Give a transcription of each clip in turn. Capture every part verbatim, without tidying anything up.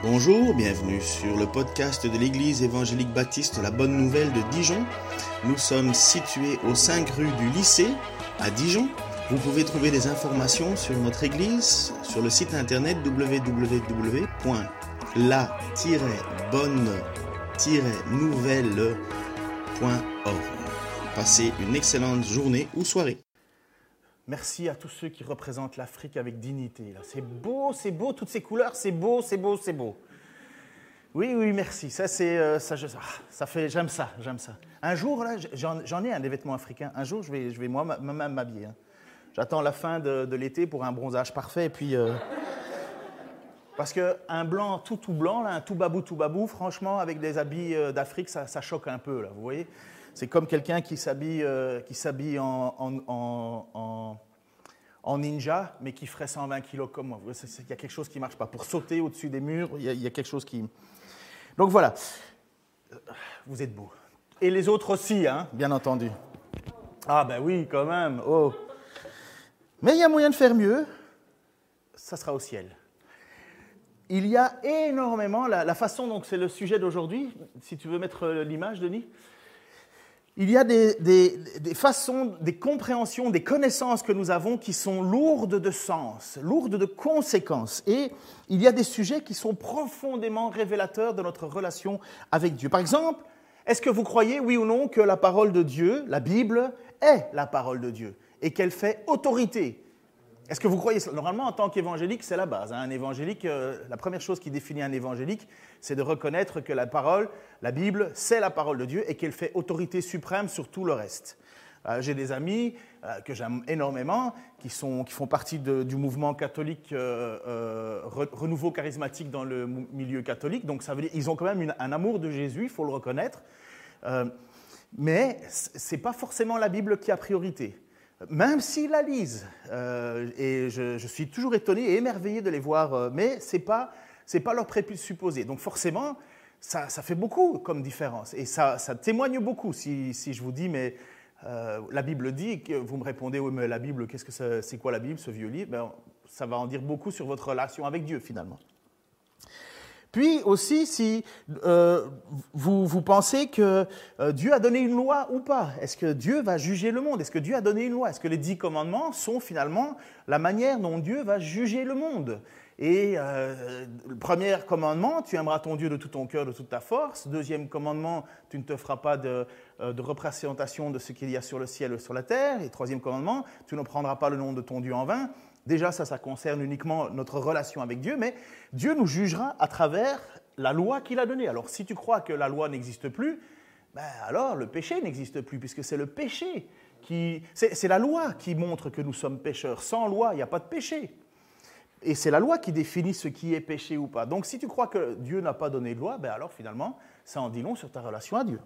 Bonjour, bienvenue sur le podcast de l'Église évangélique baptiste La Bonne Nouvelle de Dijon. Nous sommes situés aux cinq rue du Lycée à Dijon. Vous pouvez trouver des informations sur notre Église sur le site internet w w w point la tiret bonne tiret nouvelle point org. Passez une excellente journée ou soirée. Merci à tous ceux qui représentent l'Afrique avec dignité. Là. C'est beau, c'est beau, toutes ces couleurs, c'est beau, c'est beau, c'est beau. Oui, oui, merci. Ça, c'est, euh, ça, je, ça fait, j'aime ça, j'aime ça. Un jour, là, j'en, j'en ai un des vêtements africains. Un jour, je vais, je vais moi-même m'habiller. Hein. J'attends la fin de, de l'été pour un bronzage parfait. Et puis, euh, parce qu'un blanc tout tout blanc, là, un tout babou tout babou, franchement, avec des habits euh, d'Afrique, ça, ça choque un peu, là. Vous voyez. C'est comme quelqu'un qui s'habille, euh, qui s'habille en, en, en, en, en ninja, mais qui ferait cent vingt kilos comme moi. Il y a quelque chose qui ne marche pas. Pour sauter au-dessus des murs, il y, y a quelque chose qui... Donc voilà, vous êtes beaux. Et les autres aussi, hein, bien entendu. Ah ben oui, quand même. Oh. Mais il y a moyen de faire mieux. Ça sera au ciel. Il y a énormément, la, la façon dont c'est le sujet d'aujourd'hui, si tu veux mettre l'image, Denis, il y a des, des, des façons, des compréhensions, des connaissances que nous avons qui sont lourdes de sens, lourdes de conséquences. Et il y a des sujets qui sont profondément révélateurs de notre relation avec Dieu. Par exemple, est-ce que vous croyez, oui ou non, que la parole de Dieu, la Bible, est la parole de Dieu et qu'elle fait autorité ? Est-ce que vous croyez ça ? Normalement, en tant qu'évangélique, c'est la base. Hein. Un évangélique, euh, la première chose qui définit un évangélique, c'est de reconnaître que la parole, la Bible, c'est la parole de Dieu et qu'elle fait autorité suprême sur tout le reste. Euh, j'ai des amis euh, que j'aime énormément, qui, sont, qui font partie de, du mouvement catholique euh, euh, re, renouveau charismatique dans le milieu catholique. Donc, ça veut dire qu'ils ont quand même une, un amour de Jésus, il faut le reconnaître. Euh, mais ce n'est pas forcément la Bible qui a priorité. Même s'ils la lisent, euh, et je, je suis toujours étonné et émerveillé de les voir, euh, mais ce n'est pas, c'est pas leur présupposé. Donc forcément, ça, ça fait beaucoup comme différence, et ça, ça témoigne beaucoup. Si, si je vous dis, mais euh, la Bible dit, que vous me répondez, oui, mais la Bible, qu'est-ce que c'est, c'est quoi la Bible, ce vieux livre ? Ben, ça va en dire beaucoup sur votre relation avec Dieu, finalement. Puis aussi, si euh, vous, vous pensez que euh, Dieu a donné une loi ou pas, est-ce que Dieu va juger le monde ? Est-ce que Dieu a donné une loi ? Est-ce que les dix commandements sont finalement la manière dont Dieu va juger le monde ? Et euh, le premier commandement, tu aimeras ton Dieu de tout ton cœur, de toute ta force. Deuxième commandement, tu ne te feras pas de, de représentation de ce qu'il y a sur le ciel et sur la terre. Et troisième commandement, tu ne prendras pas le nom de ton Dieu en vain. Déjà, ça, ça concerne uniquement notre relation avec Dieu, mais Dieu nous jugera à travers la loi qu'il a donnée. Alors, si tu crois que la loi n'existe plus, ben alors le péché n'existe plus, puisque c'est le péché qui... C'est, c'est la loi qui montre que nous sommes pécheurs. Sans loi, il n'y a pas de péché. Et c'est la loi qui définit ce qui est péché ou pas. Donc, si tu crois que Dieu n'a pas donné de loi, ben alors finalement, ça en dit long sur ta relation à Dieu.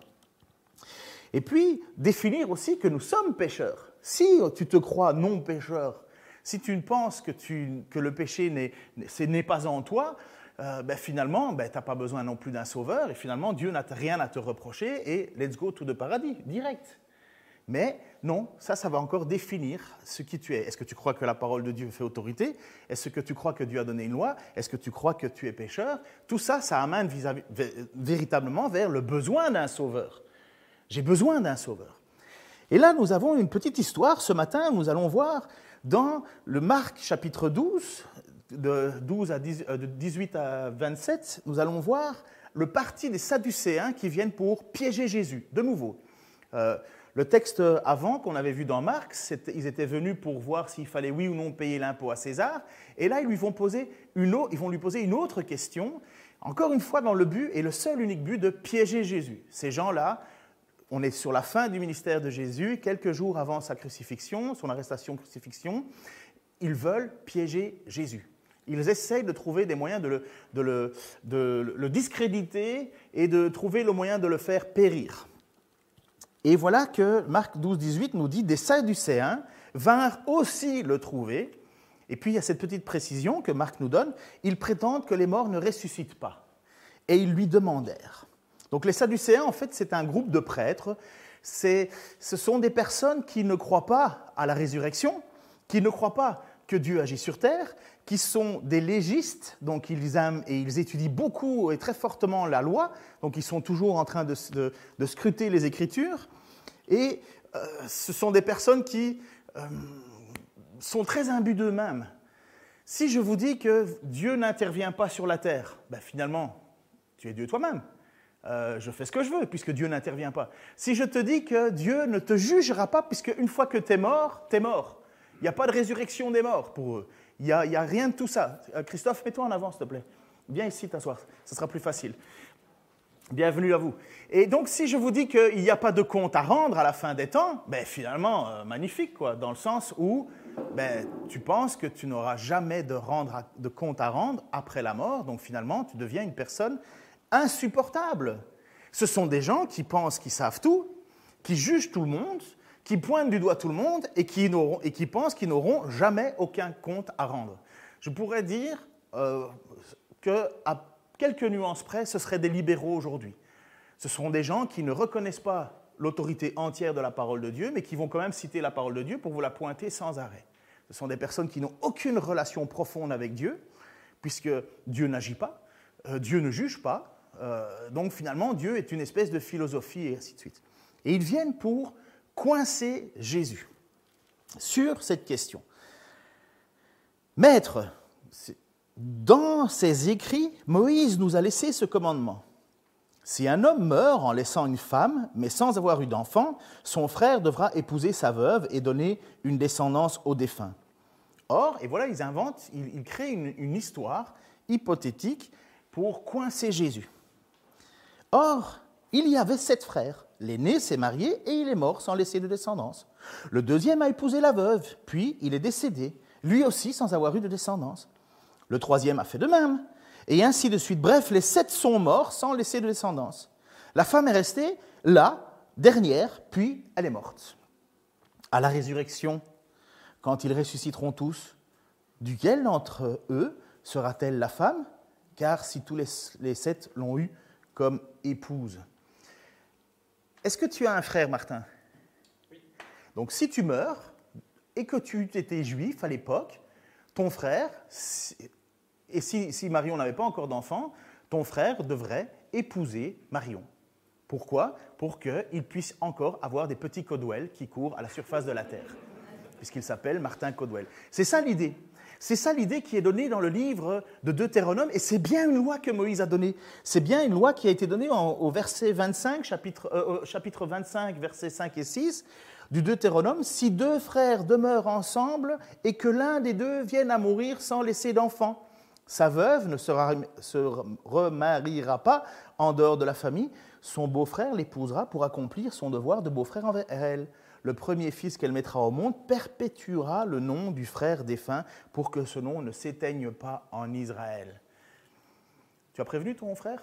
Et puis, définir aussi que nous sommes pécheurs. Si tu te crois non pécheur, si tu penses que, tu, que le péché n'est, ce n'est pas en toi, euh, ben finalement, ben, tu n'as pas besoin non plus d'un sauveur, et finalement, Dieu n'a rien à te reprocher, et let's go to the paradis, direct. Mais non, ça, ça va encore définir ce qui tu es. Est-ce que tu crois que la parole de Dieu fait autorité ? Est-ce que tu crois que Dieu a donné une loi ? Est-ce que tu crois que tu es pécheur ? Tout ça, ça amène vis-à-vis, véritablement vers le besoin d'un sauveur. J'ai besoin d'un sauveur. Et là, nous avons une petite histoire. Ce matin, nous allons voir dans le Marc chapitre douze, de, douze à dix, de dix-huit à vingt-sept, nous allons voir le parti des Sadducéens qui viennent pour piéger Jésus, de nouveau. Euh, le texte avant qu'on avait vu dans Marc, ils étaient venus pour voir s'il fallait oui ou non payer l'impôt à César, et là ils lui vont poser une autre, ils vont lui poser une autre question, encore une fois dans le but, et le seul unique but de piéger Jésus. Ces gens-là, on est sur la fin du ministère de Jésus, quelques jours avant sa crucifixion, son arrestation-crucifixion. Ils veulent piéger Jésus. Ils essayent de trouver des moyens de le, de, le, de le discréditer et de trouver le moyen de le faire périr. Et voilà que Marc douze, dix-huit nous dit « Des Sadducéens vinrent aussi le trouver ». Et puis il y a cette petite précision que Marc nous donne. Ils prétendent que les morts ne ressuscitent pas. Et ils lui demandèrent. Donc les Sadducéens, en fait, c'est un groupe de prêtres. C'est, ce sont des personnes qui ne croient pas à la résurrection, qui ne croient pas que Dieu agit sur terre, qui sont des légistes, donc ils aiment et ils étudient beaucoup et très fortement la loi, donc ils sont toujours en train de, de, de scruter les Écritures, et euh, ce sont des personnes qui euh, sont très imbus d'eux-mêmes. Si je vous dis que Dieu n'intervient pas sur la terre, ben finalement, tu es Dieu toi-même. Euh, je fais ce que je veux, puisque Dieu n'intervient pas. Si je te dis que Dieu ne te jugera pas, puisque une fois que tu es mort, tu es mort. Il n'y a pas de résurrection des morts pour eux. Il n'y a, il y a rien de tout ça. Euh, Christophe, mets-toi en avant, s'il te plaît. Viens ici t'asseoir, ce sera plus facile. Bienvenue à vous. Et donc, si je vous dis qu'il n'y a pas de compte à rendre à la fin des temps, ben finalement, euh, magnifique, quoi, dans le sens où ben, tu penses que tu n'auras jamais de, rendre à, de compte à rendre après la mort, donc finalement, tu deviens une personne insupportable. Ce sont des gens qui pensent qu'ils savent tout, qui jugent tout le monde, qui pointent du doigt tout le monde et qui, n'auront, et qui pensent qu'ils n'auront jamais aucun compte à rendre. Je pourrais dire euh, qu'à quelques nuances près, ce seraient des libéraux aujourd'hui. Ce sont des gens qui ne reconnaissent pas l'autorité entière de la parole de Dieu, mais qui vont quand même citer la parole de Dieu pour vous la pointer sans arrêt. Ce sont des personnes qui n'ont aucune relation profonde avec Dieu, puisque Dieu n'agit pas, euh, Dieu ne juge pas, euh, donc finalement Dieu est une espèce de philosophie et ainsi de suite. Et ils viennent pour coincer Jésus sur cette question. Maître, dans ses écrits, Moïse nous a laissé ce commandement. Si un homme meurt en laissant une femme, mais sans avoir eu d'enfant, son frère devra épouser sa veuve et donner une descendance au défunt. Or, et voilà, ils inventent, ils, ils créent une, une histoire hypothétique pour coincer Jésus. Or, il y avait sept frères. L'aîné s'est marié et il est mort sans laisser de descendance. Le deuxième a épousé la veuve, puis il est décédé, lui aussi sans avoir eu de descendance. Le troisième a fait de même, et ainsi de suite. Bref, les sept sont morts sans laisser de descendance. La femme est restée là, dernière, puis elle est morte. À la résurrection, quand ils ressusciteront tous, duquel d'entre eux sera-t-elle la femme? Car si tous les, les sept l'ont eue comme épouse. Est-ce que tu as un frère, Martin? Oui. Donc si tu meurs, et que tu étais juif à l'époque, ton frère, et si, si Marion n'avait pas encore d'enfant, ton frère devrait épouser Marion. Pourquoi? Pour qu'il puisse encore avoir des petits Codwell qui courent à la surface de la terre, puisqu'il s'appelle Martin Codwell. C'est ça l'idée. C'est ça l'idée qui est donnée dans le livre de Deutéronome, et c'est bien une loi que Moïse a donnée. C'est bien une loi qui a été donnée en, au verset vingt-cinq, chapitre, euh, chapitre vingt-cinq, versets cinq et six, du Deutéronome. Si deux frères demeurent ensemble et que l'un des deux vienne à mourir sans laisser d'enfant, sa veuve ne sera, se remariera pas en dehors de la famille, son beau-frère l'épousera pour accomplir son devoir de beau-frère envers elle. Le premier fils qu'elle mettra au monde perpétuera le nom du frère défunt pour que ce nom ne s'éteigne pas en Israël. Tu as prévenu ton frère?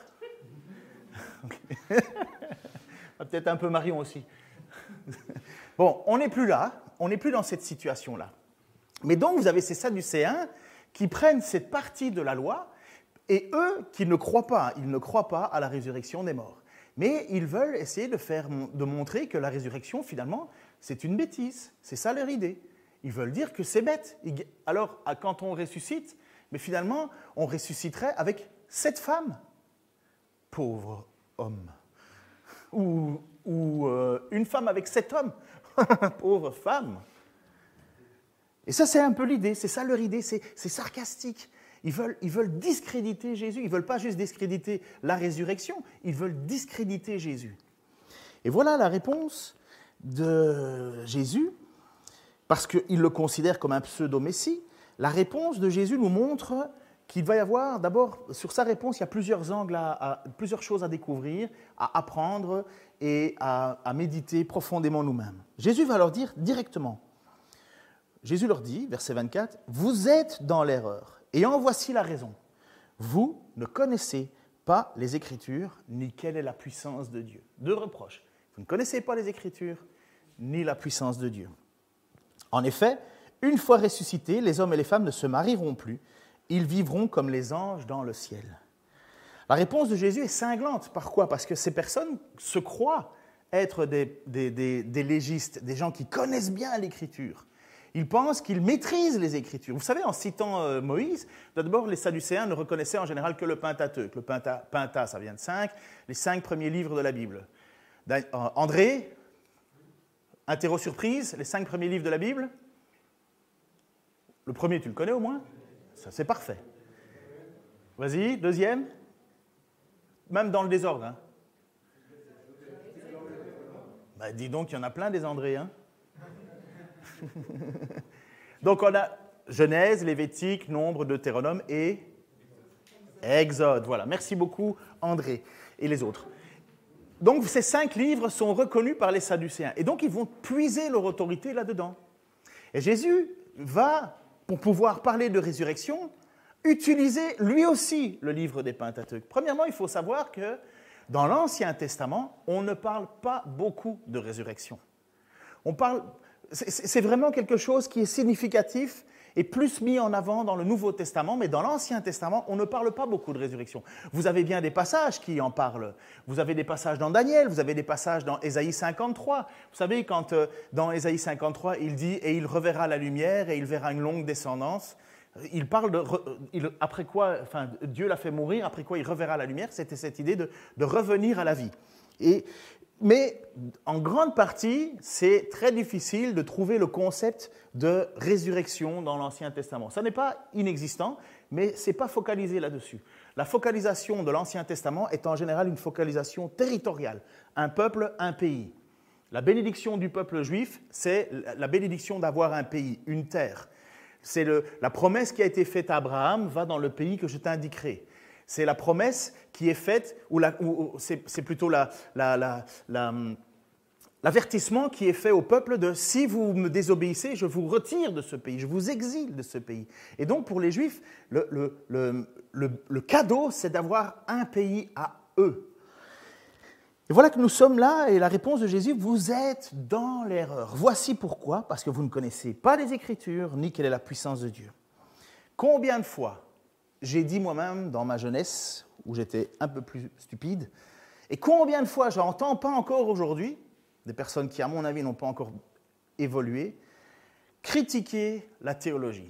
Peut-être un peu Marion aussi. Bon, on n'est plus là, on n'est plus dans cette situation-là. Mais donc, vous avez ces Sadducéens qui prennent cette partie de la loi, et eux qui ne croient pas, ils ne croient pas à la résurrection des morts. Mais ils veulent essayer de, faire, de montrer que la résurrection, finalement, c'est une bêtise. C'est ça leur idée. Ils veulent dire que c'est bête. Alors, quand on ressuscite, mais finalement, on ressusciterait avec sept femmes. Pauvre homme. Ou, ou euh, une femme avec sept hommes. Pauvre femme. Et ça, c'est un peu l'idée. C'est ça leur idée. C'est, c'est sarcastique. Ils veulent, ils veulent discréditer Jésus. Ils ne veulent pas juste discréditer la résurrection, ils veulent discréditer Jésus. Et voilà la réponse de Jésus, parce qu'ils le considèrent comme un pseudo-messie. La réponse de Jésus nous montre qu'il va y avoir, d'abord, sur sa réponse, il y a plusieurs angles, à, à, plusieurs choses à découvrir, à apprendre et à, à méditer profondément nous-mêmes. Jésus va leur dire directement, Jésus leur dit, verset vingt-quatre, « Vous êtes dans l'erreur. Et en voici la raison. Vous ne connaissez pas les Écritures, ni quelle est la puissance de Dieu. » Deux reproches. Vous ne connaissez pas les Écritures, ni la puissance de Dieu. En effet, une fois ressuscités, les hommes et les femmes ne se marieront plus. Ils vivront comme les anges dans le ciel. La réponse de Jésus est cinglante. Pourquoi? Parce que ces personnes se croient être des, des, des, des légistes, des gens qui connaissent bien l'Écriture. Ils pensent qu'ils maîtrisent les Écritures. Vous savez, en citant euh, Moïse, d'abord, les Sadducéens ne reconnaissaient en général que le Pentateuque. Le Penta, Penta, ça vient de cinq, les cinq premiers livres de la Bible. Euh, André, interro surprise, les cinq premiers livres de la Bible. Le premier, tu le connais au moins? Ça, c'est parfait. Vas-y, deuxième. Même dans le désordre. Hein. Ben, dis donc, il y en a plein des André. Hein. Donc, on a Genèse, Lévitique, Nombre, Deutéronome et Exode. Voilà, merci beaucoup, André et les autres. Donc, ces cinq livres sont reconnus par les Sadducéens. Et donc, ils vont puiser leur autorité là-dedans. Et Jésus va, pour pouvoir parler de résurrection, utiliser lui aussi le livre des Pentateuques. Premièrement, il faut savoir que dans l'Ancien Testament, on ne parle pas beaucoup de résurrection. On parle, c'est, c'est vraiment quelque chose qui est significatif et plus mis en avant dans le Nouveau Testament, mais dans l'Ancien Testament, on ne parle pas beaucoup de résurrection. Vous avez bien des passages qui en parlent. Vous avez des passages dans Daniel, vous avez des passages dans Ésaïe cinquante-trois. Vous savez, quand euh, dans Ésaïe cinquante-trois, il dit « Et il reverra la lumière et il verra une longue descendance », il parle de, il, après quoi, enfin, Dieu l'a fait mourir, après quoi il reverra la lumière, c'était cette idée de, de revenir à la vie. Et, mais en grande partie, c'est très difficile de trouver le concept de résurrection dans l'Ancien Testament. Ça n'est pas inexistant, mais ce n'est pas focalisé là-dessus. La focalisation de l'Ancien Testament est en général une focalisation territoriale. Un peuple, un pays. La bénédiction du peuple juif, c'est la bénédiction d'avoir un pays, une terre. C'est le, la promesse qui a été faite à Abraham, va dans le pays que je t'indiquerai. C'est la promesse qui est faite, ou, la, ou, ou c'est, c'est plutôt la, la, la, la, l'avertissement qui est fait au peuple de « si vous me désobéissez, je vous retire de ce pays, je vous exile de ce pays ». Et donc pour les Juifs, le, le, le, le, le cadeau, c'est d'avoir un pays à eux. Et voilà que nous sommes là, et la réponse de Jésus, vous êtes dans l'erreur. Voici pourquoi, parce que vous ne connaissez pas les Écritures, ni quelle est la puissance de Dieu. Combien de fois j'ai dit moi-même dans ma jeunesse, où j'étais un peu plus stupide, et combien de fois j'entends, pas encore aujourd'hui, des personnes qui, à mon avis, n'ont pas encore évolué, critiquer la théologie,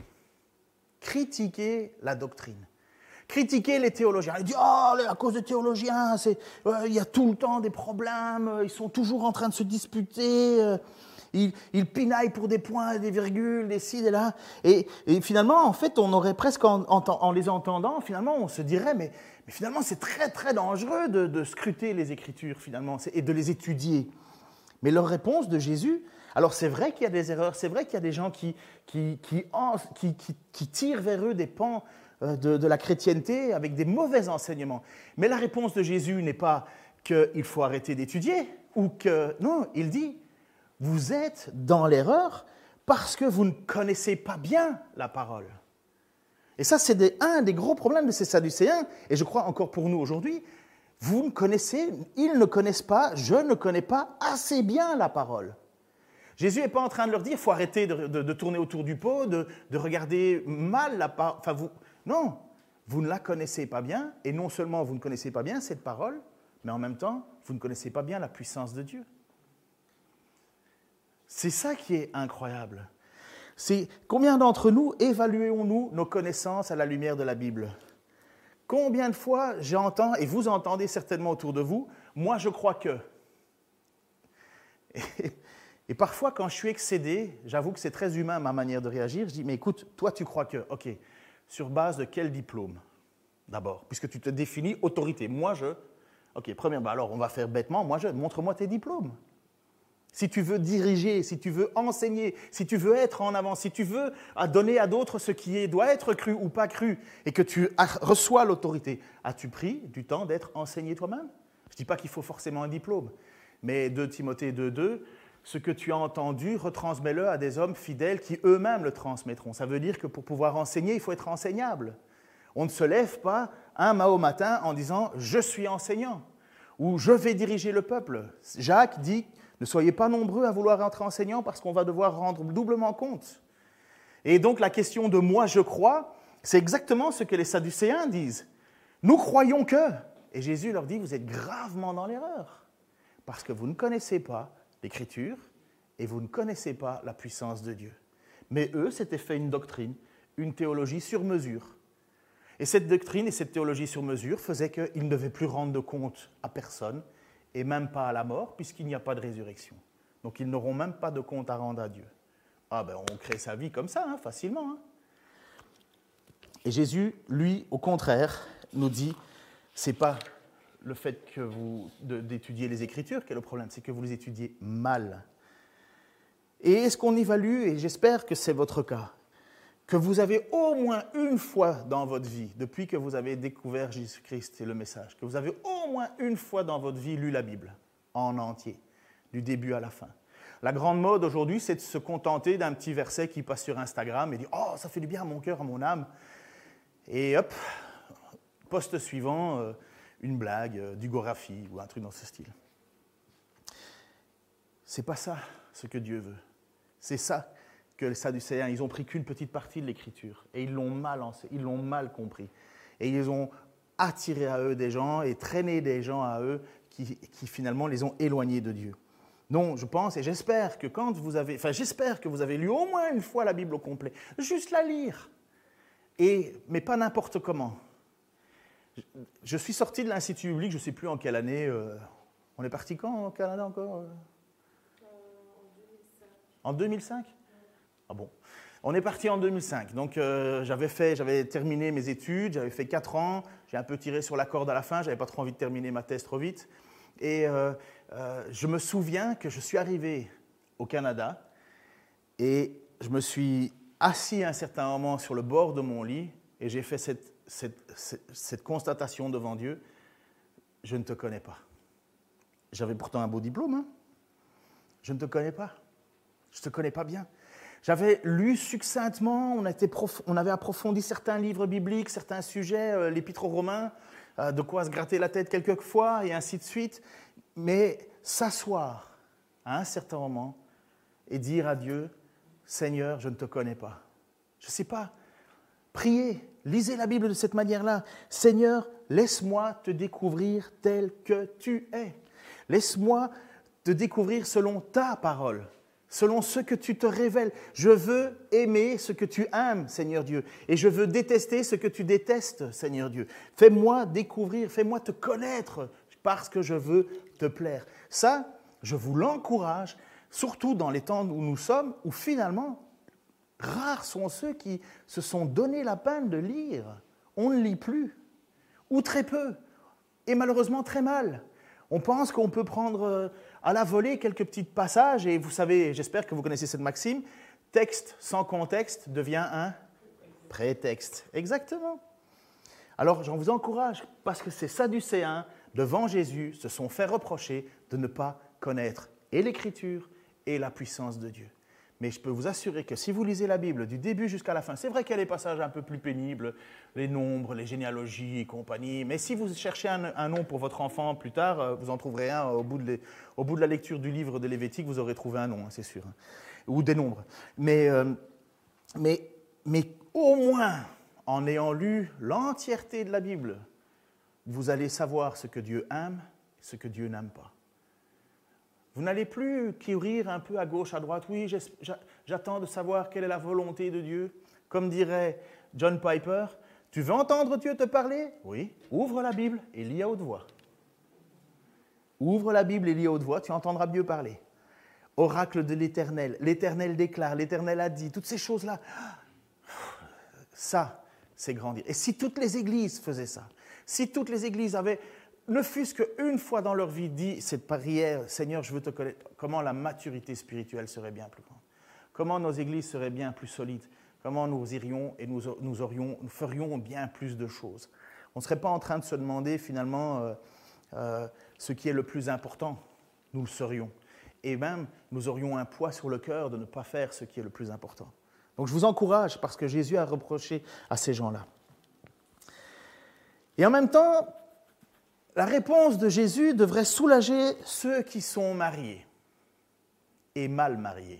critiquer la doctrine. Critiquer les théologiens. Ils disent « Oh, à cause des théologiens, c'est, euh, il y a tout le temps des problèmes, ils sont toujours en train de se disputer, euh, ils, ils pinaillent pour des points, des virgules, des ci, des là. » Et, et finalement, en fait, on aurait presque, en, en, en les entendant, finalement, on se dirait « Mais, mais finalement, c'est très, très dangereux de, de scruter les Écritures, finalement, et de les étudier. » Mais leur réponse de Jésus, alors c'est vrai qu'il y a des erreurs, c'est vrai qu'il y a des gens qui, qui, qui, qui, qui, qui tirent vers eux des pans De, de la chrétienté avec des mauvais enseignements. Mais la réponse de Jésus n'est pas qu'il faut arrêter d'étudier ou que... Non, il dit, vous êtes dans l'erreur parce que vous ne connaissez pas bien la parole. Et ça, c'est des, un des gros problèmes de ces Sadducéens, et je crois encore pour nous aujourd'hui, vous ne connaissez, ils ne connaissent pas, je ne connais pas assez bien la parole. Jésus n'est pas en train de leur dire, il faut arrêter de, de, de tourner autour du pot, de, de regarder mal la parole. Enfin, vous... Non, vous ne la connaissez pas bien, et non seulement vous ne connaissez pas bien cette parole, mais en même temps, vous ne connaissez pas bien la puissance de Dieu. C'est ça qui est incroyable. C'est combien d'entre nous évaluons-nous nos connaissances à la lumière de la Bible? Combien de fois j'entends, et vous entendez certainement autour de vous, moi je crois que... Et, et parfois quand je suis excédé, j'avoue que c'est très humain ma manière de réagir, je dis, mais écoute, toi tu crois que... Ok. Sur base de quel diplôme, d'abord, puisque tu te définis autorité. Moi, je... Ok, premièrement, alors on va faire bêtement, moi, je... Montre-moi tes diplômes. Si tu veux diriger, si tu veux enseigner, si tu veux être en avant, si tu veux donner à d'autres ce qui est, doit être cru ou pas cru, et que tu reçois l'autorité, as-tu pris du temps d'être enseigné toi-même? Je ne dis pas qu'il faut forcément un diplôme, mais deux Timothée deux deux, ce que tu as entendu, retransmets-le à des hommes fidèles qui eux-mêmes le transmettront. Ça veut dire que pour pouvoir enseigner, il faut être enseignable. On ne se lève pas un mât matin en disant « je suis enseignant » ou « je vais diriger le peuple ». Jacques dit « ne soyez pas nombreux à vouloir être enseignants parce qu'on va devoir rendre doublement compte ». Et donc la question de « moi je crois », c'est exactement ce que les Sadducéens disent. « Nous croyons que ». Et Jésus leur dit « vous êtes gravement dans l'erreur parce que vous ne connaissez pas l'Écriture, et vous ne connaissez pas la puissance de Dieu. Mais eux s'étaient fait une doctrine, une théologie sur mesure. Et cette doctrine et cette théologie sur mesure faisaient qu'ils ne devaient plus rendre de compte à personne, et même pas à la mort, puisqu'il n'y a pas de résurrection. Donc ils n'auront même pas de compte à rendre à Dieu. Ah ben on crée sa vie comme ça, hein, facilement. Hein. Et Jésus, lui, au contraire, nous dit, c'est pas le fait que vous, de, d'étudier les Écritures qui est le problème, c'est que vous les étudiez mal. Et est-ce qu'on évalue, et j'espère que c'est votre cas, que vous avez au moins une fois dans votre vie, depuis que vous avez découvert Jésus-Christ et le message, que vous avez au moins une fois dans votre vie lu la Bible en entier, du début à la fin. La grande mode aujourd'hui, c'est de se contenter d'un petit verset qui passe sur Instagram et dire « Oh, ça fait du bien à mon cœur, à mon âme ». Et hop, post suivant, euh, une blague, euh, du Gorafi ou un truc dans ce style. C'est pas ça ce que Dieu veut. C'est ça que les Sadducéens, ils ont pris qu'une petite partie de l'Écriture et ils l'ont mal, ils l'ont mal compris. Et ils ont attiré à eux des gens et traîné des gens à eux qui, qui finalement les ont éloignés de Dieu. Non, je pense et j'espère que quand vous avez, enfin j'espère que vous avez lu au moins une fois la Bible au complet, juste la lire, et, mais pas n'importe comment. Je, je suis sorti de l'Institut biblique, je ne sais plus en quelle année, euh, on est parti quand au Canada encore euh En deux mille cinq Ah bon. On est parti en deux mille cinq. Donc, euh, j'avais, fait, j'avais terminé mes études, j'avais fait quatre ans. J'ai un peu tiré sur la corde à la fin. Je n'avais pas trop envie de terminer ma thèse trop vite. Et euh, euh, je me souviens que je suis arrivé au Canada et je me suis assis à un certain moment sur le bord de mon lit et j'ai fait cette, cette, cette, cette constatation devant Dieu. Je ne te connais pas. J'avais pourtant un beau diplôme. Hein. Je ne te connais pas. Je ne te connais pas bien. J'avais lu succinctement, on, était prof... on avait approfondi certains livres bibliques, certains sujets, euh, l'Épître aux Romains, euh, de quoi se gratter la tête quelques fois, et ainsi de suite. Mais s'asseoir à un certain moment et dire à Dieu, « Seigneur, je ne te connais pas. » Je ne sais pas. Priez, lisez la Bible de cette manière-là. « Seigneur, laisse-moi te découvrir tel que tu es. Laisse-moi te découvrir selon ta parole. » Selon ce que tu te révèles. Je veux aimer ce que tu aimes, Seigneur Dieu, et je veux détester ce que tu détestes, Seigneur Dieu. Fais-moi découvrir, fais-moi te connaître, parce que je veux te plaire. Ça, je vous l'encourage, surtout dans les temps où nous sommes, où finalement, rares sont ceux qui se sont donné la peine de lire. On ne lit plus, ou très peu, et malheureusement très mal. On pense qu'on peut prendre à la volée quelques petits passages, et vous savez, j'espère que vous connaissez cette maxime, texte sans contexte devient un prétexte. Exactement. Alors, j'en vous encourage, parce que ces Sadducéens, devant Jésus, se sont fait reprocher de ne pas connaître et l'Écriture et la puissance de Dieu. Mais je peux vous assurer que si vous lisez la Bible du début jusqu'à la fin, c'est vrai qu'il y a des passages un peu plus pénibles, les nombres, les généalogies et compagnie, mais si vous cherchez un, un nom pour votre enfant plus tard, vous en trouverez un au bout de, les, au bout de la lecture du livre de Lévitique, vous aurez trouvé un nom, c'est sûr, ou des nombres. Mais, euh, mais, mais au moins, en ayant lu l'entièreté de la Bible, vous allez savoir ce que Dieu aime, ce que Dieu n'aime pas. Vous n'allez plus courir un peu à gauche, à droite. Oui, j'attends de savoir quelle est la volonté de Dieu. Comme dirait John Piper, tu veux entendre Dieu te parler? Oui. Ouvre la Bible et lis à haute voix. Ouvre la Bible et lis à haute voix, tu entendras Dieu parler. Oracle de l'Éternel, l'Éternel déclare, l'Éternel a dit, toutes ces choses-là. Ça, c'est grandir. Et si toutes les églises faisaient ça, si toutes les églises avaient... ne fût-ce qu'une fois dans leur vie dit cette prière, Seigneur, je veux te connaître, comment la maturité spirituelle serait bien plus grande, comment nos églises seraient bien plus solides, comment nous irions et nous, nous, aurions, nous ferions bien plus de choses. On ne serait pas en train de se demander finalement euh, euh, ce qui est le plus important, nous le serions. Et même, nous aurions un poids sur le cœur de ne pas faire ce qui est le plus important. Donc je vous encourage, parce que Jésus a reproché à ces gens-là. Et en même temps, la réponse de Jésus devrait soulager ceux qui sont mariés et mal mariés.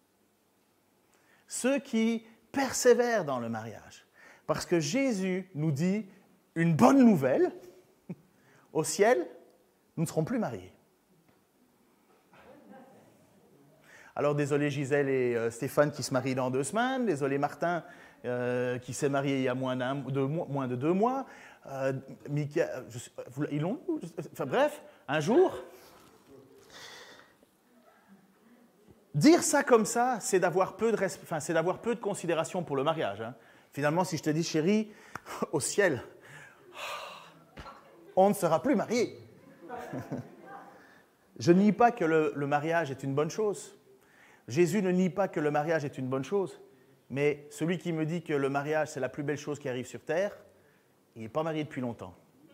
Ceux qui persévèrent dans le mariage. Parce que Jésus nous dit une bonne nouvelle, au ciel, nous ne serons plus mariés. Alors désolé Gisèle et euh, Stéphane qui se marient dans deux semaines, désolé Martin euh, qui s'est marié il y a moins, d'un, de, moins de deux mois, euh, Mika, je sais, vous, ils l'ont, enfin bref, un jour. Dire ça comme ça, c'est d'avoir peu de, resp... enfin, c'est d'avoir peu de considération pour le mariage. Hein. Finalement, si je te dis chérie, au ciel, on ne sera plus mariés. Je nie pas que le, le mariage est une bonne chose. Jésus ne nie pas que le mariage est une bonne chose. Mais celui qui me dit que le mariage, c'est la plus belle chose qui arrive sur Terre, il n'est pas marié depuis longtemps.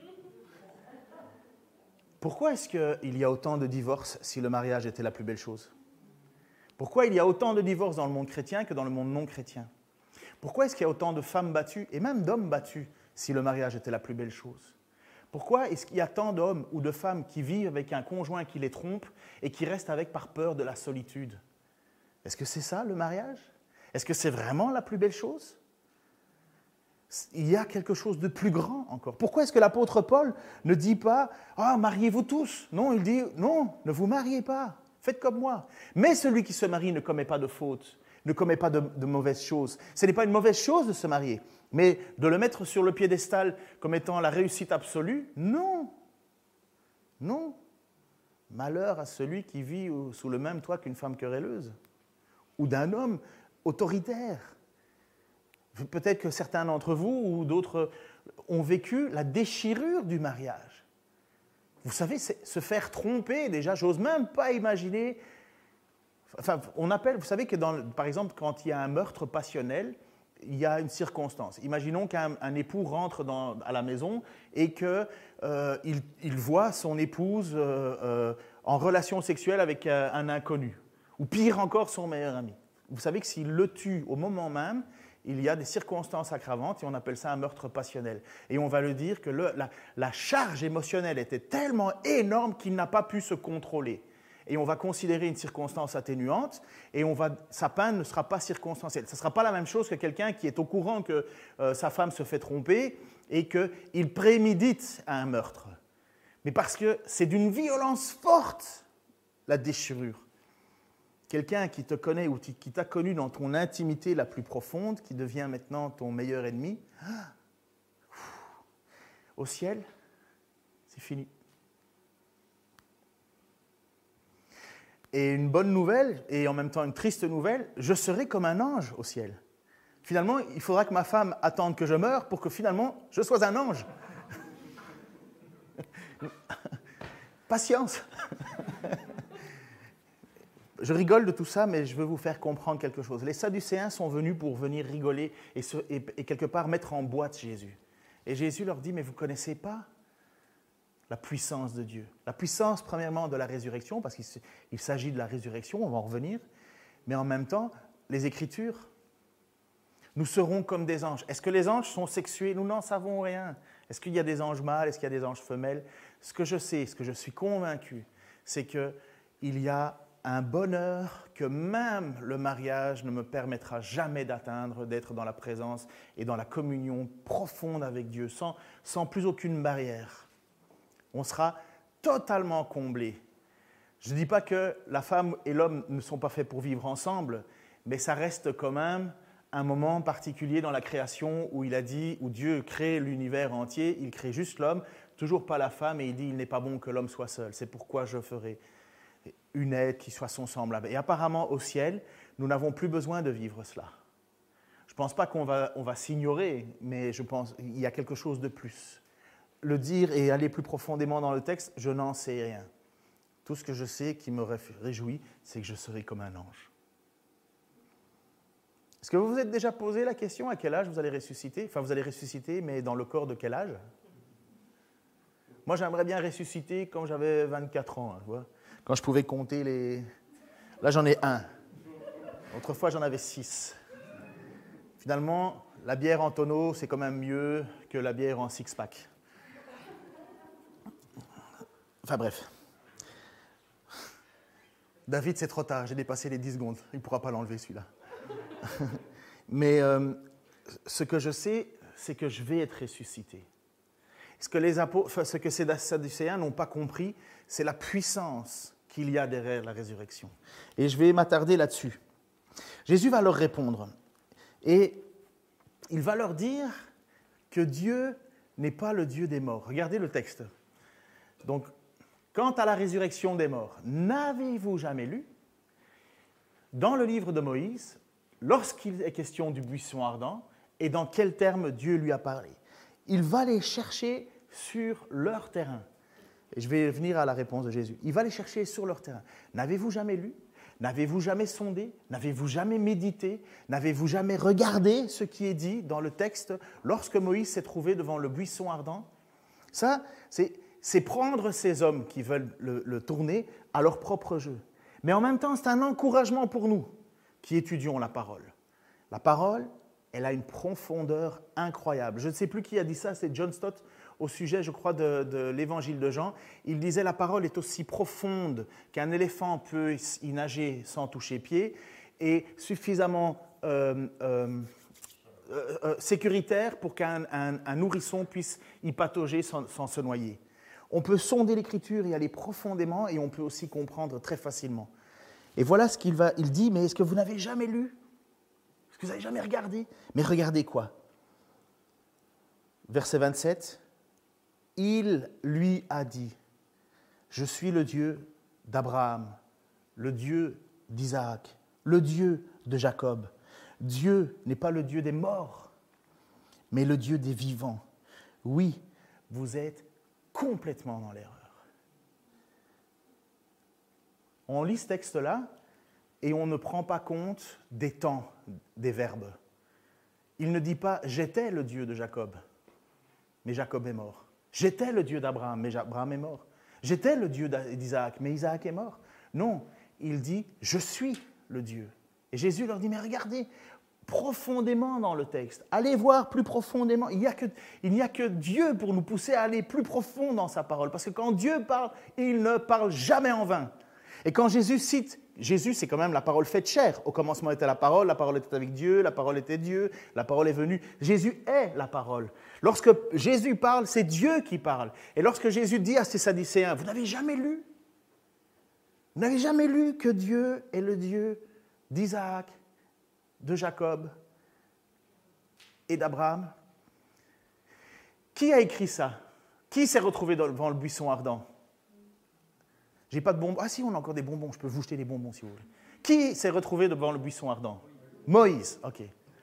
Pourquoi est-ce qu'il y a autant de divorces si le mariage était la plus belle chose ? Pourquoi il y a autant de divorces dans le monde chrétien que dans le monde non chrétien ? Pourquoi est-ce qu'il y a autant de femmes battues et même d'hommes battus si le mariage était la plus belle chose ? Pourquoi est-ce qu'il y a tant d'hommes ou de femmes qui vivent avec un conjoint qui les trompe et qui restent avec par peur de la solitude ? Est-ce que c'est ça le mariage ? Est-ce que c'est vraiment la plus belle chose ? Il y a quelque chose de plus grand encore. Pourquoi est-ce que l'apôtre Paul ne dit pas « Ah, mariez-vous tous » ? Non, il dit « Non, ne vous mariez pas, faites comme moi. » Mais celui qui se marie ne commet pas de faute, ne commet pas de, de mauvaises choses. Ce n'est pas une mauvaise chose de se marier, mais de le mettre sur le piédestal comme étant la réussite absolue, non. Non. Malheur à celui qui vit sous le même toit qu'une femme querelleuse ou d'un homme autoritaire. Peut-être que certains d'entre vous ou d'autres ont vécu la déchirure du mariage. Vous savez, c'est se faire tromper, déjà, j'ose même pas imaginer. Enfin, on appelle, vous savez que, dans, par exemple, quand il y a un meurtre passionnel, il y a une circonstance. Imaginons qu'un un époux rentre dans, à la maison et qu'il euh, il voit son épouse euh, euh, en relation sexuelle avec un, un inconnu, ou pire encore, son meilleur ami. Vous savez que s'il le tue au moment même, il y a des circonstances aggravantes et on appelle ça un meurtre passionnel. Et on va le dire que le, la, la charge émotionnelle était tellement énorme qu'il n'a pas pu se contrôler. Et on va considérer une circonstance atténuante et on va, sa peine ne sera pas circonstancielle. Ce ne sera pas la même chose que quelqu'un qui est au courant que euh, sa femme se fait tromper et qu'il prémédite un meurtre. Mais parce que c'est d'une violence forte, la déchirure. Quelqu'un qui te connaît ou qui t'a connu dans ton intimité la plus profonde, qui devient maintenant ton meilleur ennemi, au ciel, c'est fini. Et une bonne nouvelle, et en même temps une triste nouvelle, je serai comme un ange au ciel. Finalement, il faudra que ma femme attende que je meure pour que finalement, je sois un ange. Patience. Je rigole de tout ça, mais je veux vous faire comprendre quelque chose. Les Sadducéens sont venus pour venir rigoler et, se, et, et quelque part mettre en boîte Jésus. Et Jésus leur dit, mais vous ne connaissez pas la puissance de Dieu. La puissance, premièrement, de la résurrection, parce qu'il il s'agit de la résurrection, on va en revenir, mais en même temps, les Écritures, nous serons comme des anges. Est-ce que les anges sont sexués ? Nous n'en savons rien. Est-ce qu'il y a des anges mâles ? Est-ce qu'il y a des anges femelles ? Ce que je sais, ce que je suis convaincu, c'est qu'il y a un bonheur que même le mariage ne me permettra jamais d'atteindre, d'être dans la présence et dans la communion profonde avec Dieu, sans, sans plus aucune barrière. On sera totalement comblés. Je ne dis pas que la femme et l'homme ne sont pas faits pour vivre ensemble, mais ça reste quand même un moment particulier dans la création où il a dit, où Dieu crée l'univers entier, il crée juste l'homme, toujours pas la femme, et il dit, il n'est pas bon que l'homme soit seul, c'est pourquoi je ferai une aide qui soit son semblable. Et apparemment, au ciel, nous n'avons plus besoin de vivre cela. Je ne pense pas qu'on va, on va s'ignorer, mais je pense qu'il y a quelque chose de plus. Le dire et aller plus profondément dans le texte, je n'en sais rien. Tout ce que je sais qui me réjouit, c'est que je serai comme un ange. Est-ce que vous vous êtes déjà posé la question à quel âge vous allez ressusciter ? Enfin, vous allez ressusciter, mais dans le corps de quel âge ? Moi, j'aimerais bien ressusciter quand j'avais vingt-quatre ans, hein, tu vois ? Quand je pouvais compter les... Là, j'en ai un. Autrefois, j'en avais six. Finalement, la bière en tonneau, c'est quand même mieux que la bière en six-pack. Enfin bref. David, c'est trop tard. J'ai dépassé les dix secondes. Il ne pourra pas l'enlever, celui-là. Mais euh, ce que je sais, c'est que je vais être ressuscité. Ce que, les apôtres, ce que ces Sadducéens n'ont pas compris, c'est la puissance qu'il y a derrière la résurrection. Et je vais m'attarder là-dessus. Jésus va leur répondre. Et il va leur dire que Dieu n'est pas le Dieu des morts. Regardez le texte. Donc, quant à la résurrection des morts, n'avez-vous jamais lu dans le livre de Moïse, lorsqu'il est question du buisson ardent, et dans quels termes Dieu lui a parlé? Il va les chercher sur leur terrain. Et je vais venir à la réponse de Jésus. Il va les chercher sur leur terrain. N'avez-vous jamais lu? N'avez-vous jamais sondé? N'avez-vous jamais médité? N'avez-vous jamais regardé ce qui est dit dans le texte lorsque Moïse s'est trouvé devant le buisson ardent? Ça, c'est, c'est prendre ces hommes qui veulent le, le tourner à leur propre jeu. Mais en même temps, c'est un encouragement pour nous qui étudions la parole. La parole, elle a une profondeur incroyable. Je ne sais plus qui a dit ça, c'est John Stott, au sujet, je crois, de, de l'évangile de Jean. Il disait « La parole est aussi profonde qu'un éléphant peut y nager sans toucher pied et suffisamment euh, euh, euh, euh, sécuritaire pour qu'un un, un nourrisson puisse y patauger sans, sans se noyer. » On peut sonder l'Écriture, y aller profondément et on peut aussi comprendre très facilement. Et voilà ce qu'il va, il dit « Mais est-ce que vous n'avez jamais lu ? Est-ce que vous n'avez jamais regardé ? Mais regardez quoi ? Verset vingt-sept. Il lui a dit, je suis le Dieu d'Abraham, le Dieu d'Isaac, le Dieu de Jacob. Dieu n'est pas le Dieu des morts, mais le Dieu des vivants. Oui, vous êtes complètement dans l'erreur. On lit ce texte-là et on ne prend pas compte des temps, des verbes. Il ne dit pas « j'étais le Dieu de Jacob », mais Jacob est mort. J'étais le Dieu d'Abraham, mais Abraham est mort. J'étais le Dieu d'Isaac, mais Isaac est mort. Non, il dit « je suis le Dieu ». Et Jésus leur dit « mais regardez, profondément dans le texte, allez voir plus profondément. Il n'y a que, il n'y a que Dieu pour nous pousser à aller plus profond dans sa parole. Parce que quand Dieu parle, il ne parle jamais en vain. Et quand Jésus cite, Jésus, c'est quand même la parole faite chair. Au commencement était la parole, la parole était avec Dieu, la parole était Dieu, la parole est venue. Jésus est la parole. Lorsque Jésus parle, c'est Dieu qui parle. Et lorsque Jésus dit à ses Sadducéens, vous n'avez jamais lu, vous n'avez jamais lu que Dieu est le Dieu d'Isaac, de Jacob et d'Abraham? Qui a écrit ça? Qui s'est retrouvé devant le buisson ardent? J'ai pas de bonbons. Ah si, on a encore des bonbons, je peux vous jeter des bonbons si vous voulez. Qui s'est retrouvé devant le buisson ardent? Moïse, ok.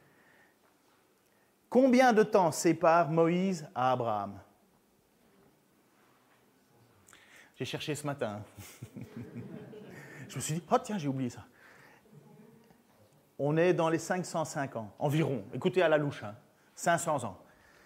Combien de temps sépare Moïse à Abraham? J'ai cherché ce matin. Je me suis dit, oh tiens, j'ai oublié ça. On est dans les cinq cent cinq ans, environ. Écoutez à la louche, hein, cinq cents ans.